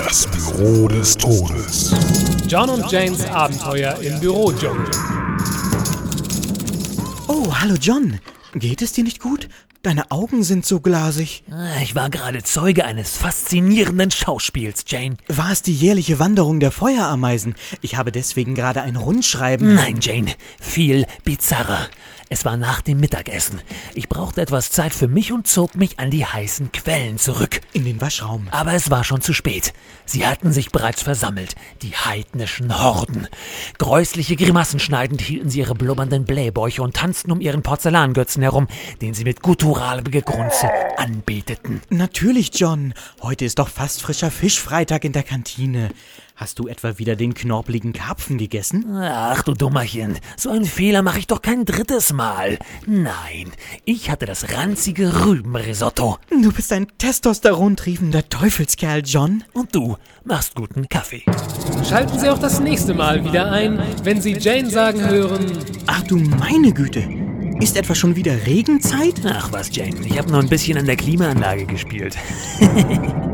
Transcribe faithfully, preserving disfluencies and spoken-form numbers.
Das Büro des Todes. John und Janes Abenteuer im Bürodschungel. Oh, hallo John. Geht es dir nicht gut? Deine Augen sind so glasig. Ich war gerade Zeuge eines faszinierenden Schauspiels, Jane. War es die jährliche Wanderung der Feuerameisen? Ich habe deswegen gerade ein Rundschreiben. Nein, Jane, viel bizarrer. Es war nach dem Mittagessen. Ich brauchte etwas Zeit für mich und zog mich an die heißen Quellen zurück. In den Waschraum. Aber es war schon zu spät. Sie hatten sich bereits versammelt, die heidnischen Horden. Gräusliche Grimassen schneidend hielten sie ihre blubbernden Blähbäuche und tanzten um ihren Porzellangötzen herum, den sie mit gutturalem Gegrunze anbeteten. Natürlich, John. Heute ist doch fast frischer Fischfreitag in der Kantine. Hast du etwa wieder den knorpeligen Karpfen gegessen? Ach du Dummerchen, so einen Fehler mache ich doch kein drittes Mal. Nein, ich hatte das ranzige Rübenrisotto. Du bist ein testosterontriefender Teufelskerl, John. Und du machst guten Kaffee. Schalten Sie auch das nächste Mal wieder ein, wenn Sie Jane sagen hören: Ach du meine Güte. Ist etwa schon wieder Regenzeit? Ach was, Jane, ich habe noch ein bisschen an der Klimaanlage gespielt.